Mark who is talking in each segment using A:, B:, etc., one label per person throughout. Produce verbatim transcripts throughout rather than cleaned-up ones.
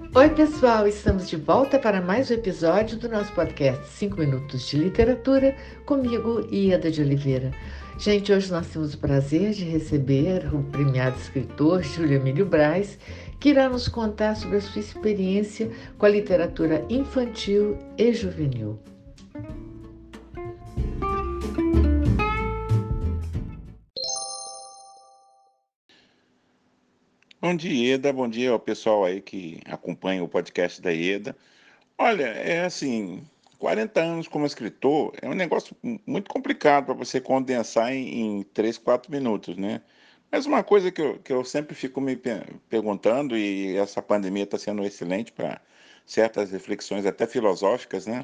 A: Oi, pessoal! Estamos de volta para mais um episódio do nosso podcast cinco Minutos de Literatura, comigo, Ieda de Oliveira. Gente, hoje nós temos o prazer de receber o premiado escritor Júlio Emílio Braz, que irá nos contar sobre a sua experiência com a literatura infantil e juvenil.
B: Bom dia, Ieda. Bom dia ao pessoal aí que acompanha o podcast da Ieda. Olha, é assim, quarenta anos como escritor é um negócio muito complicado para você condensar em, em três, quatro minutos, né? Mas uma coisa que eu, que eu sempre fico me pe- perguntando, e essa pandemia está sendo excelente para certas reflexões até filosóficas, né?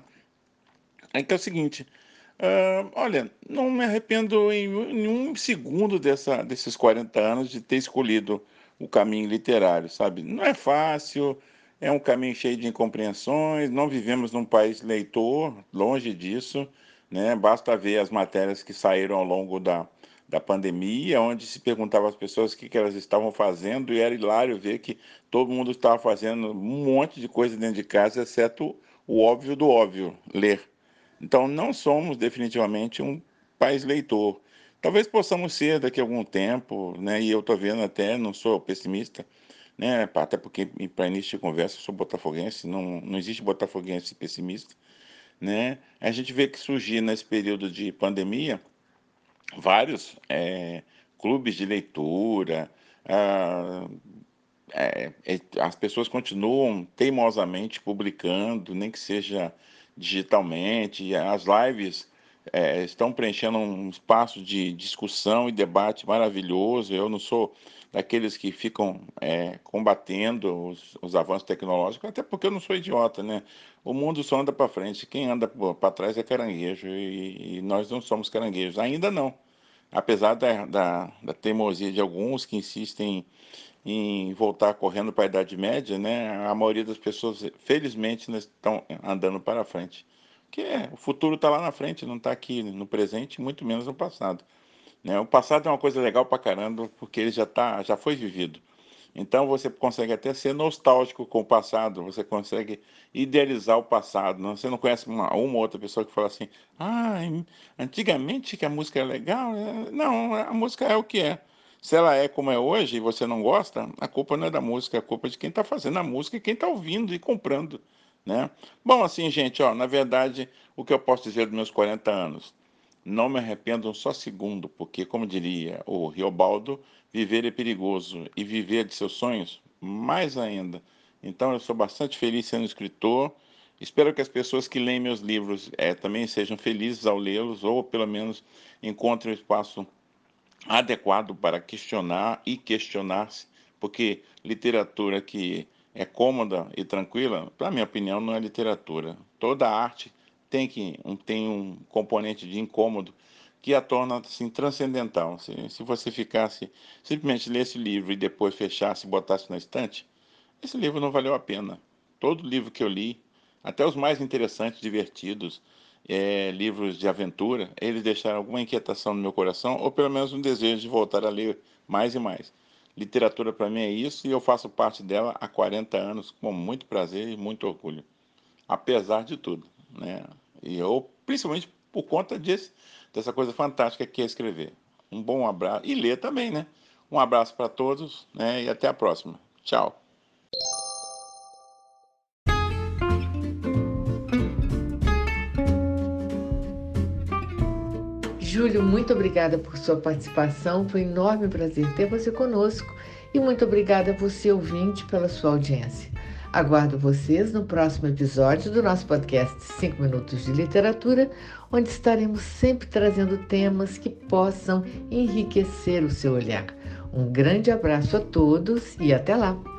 B: É que é o seguinte, ah, olha, não me arrependo em, um em um segundo dessa, desses quarenta anos de ter escolhido o caminho literário, sabe? Não é fácil, é um caminho cheio de incompreensões, não vivemos num país leitor, longe disso, né? Basta ver as matérias que saíram ao longo da, da pandemia, onde se perguntava às pessoas o que, que elas estavam fazendo, e era hilário ver que todo mundo estava fazendo um monte de coisa dentro de casa, exceto o óbvio do óbvio, ler. Então, não somos definitivamente um país leitor. Talvez possamos ser daqui a algum tempo, né? E eu estou vendo até, não sou pessimista, né? Até porque para início de conversa eu sou botafoguense, não, não existe botafoguense pessimista, né? A gente vê que surgir nesse período de pandemia vários eh, clubes de leitura, ah, é, é, as pessoas continuam teimosamente publicando, nem que seja digitalmente, e as lives é, estão preenchendo um espaço de discussão e debate maravilhoso. Eu não sou daqueles que ficam é, combatendo os, os avanços tecnológicos, até porque eu não sou idiota, né? O mundo só anda para frente, quem anda para trás é caranguejo, e, e nós não somos caranguejos, ainda não. Apesar da, da, da teimosia de alguns que insistem em voltar correndo para a Idade Média, né? A maioria das pessoas, felizmente, né, estão andando para frente. Que é, o futuro está lá na frente, não está aqui no presente, muito menos no passado, né? O passado é uma coisa legal para caramba, porque ele já tá, já foi vivido. Então você consegue até ser nostálgico com o passado, você consegue idealizar o passado. Não? Você não conhece uma, uma outra pessoa que fala assim, ah, antigamente que a música era legal. É, não, a música é o que é. Se ela é como é hoje e você não gosta, a culpa não é da música, é a culpa de quem está fazendo a música e quem está ouvindo e comprando, né? Bom, assim, gente, ó, na verdade, o que eu posso dizer dos meus quarenta anos? Não me arrependo um só segundo, porque, como diria o Riobaldo, viver é perigoso e viver de seus sonhos, mais ainda. Então, eu sou bastante feliz sendo escritor. Espero que as pessoas que leem meus livros eh, também sejam felizes ao lê-los, ou pelo menos encontrem um espaço adequado para questionar e questionar-se, porque literatura que é cômoda e tranquila, para minha opinião, não é literatura. Toda arte tem que um, tem um componente de incômodo que a torna assim transcendental. Se, se você ficasse simplesmente lesse livro e depois fechasse e botasse na estante, esse livro não valeu a pena. Todo livro que eu li, até os mais interessantes, divertidos, eh, livros de aventura, eles deixaram alguma inquietação no meu coração, ou pelo menos um desejo de voltar a ler mais e mais. Literatura para mim é isso, e eu faço parte dela há quarenta anos, com muito prazer e muito orgulho, apesar de tudo, né? E eu, principalmente por conta desse, dessa coisa fantástica que é escrever. Um bom abraço, e ler também, né? Um abraço para todos, né? E até a próxima. Tchau.
A: Júlio, muito obrigada por sua participação. Foi um enorme prazer ter você conosco e muito obrigada a você, ouvinte, pela sua audiência. Aguardo vocês no próximo episódio do nosso podcast cinco Minutos de Literatura, onde estaremos sempre trazendo temas que possam enriquecer o seu olhar. Um grande abraço a todos e até lá!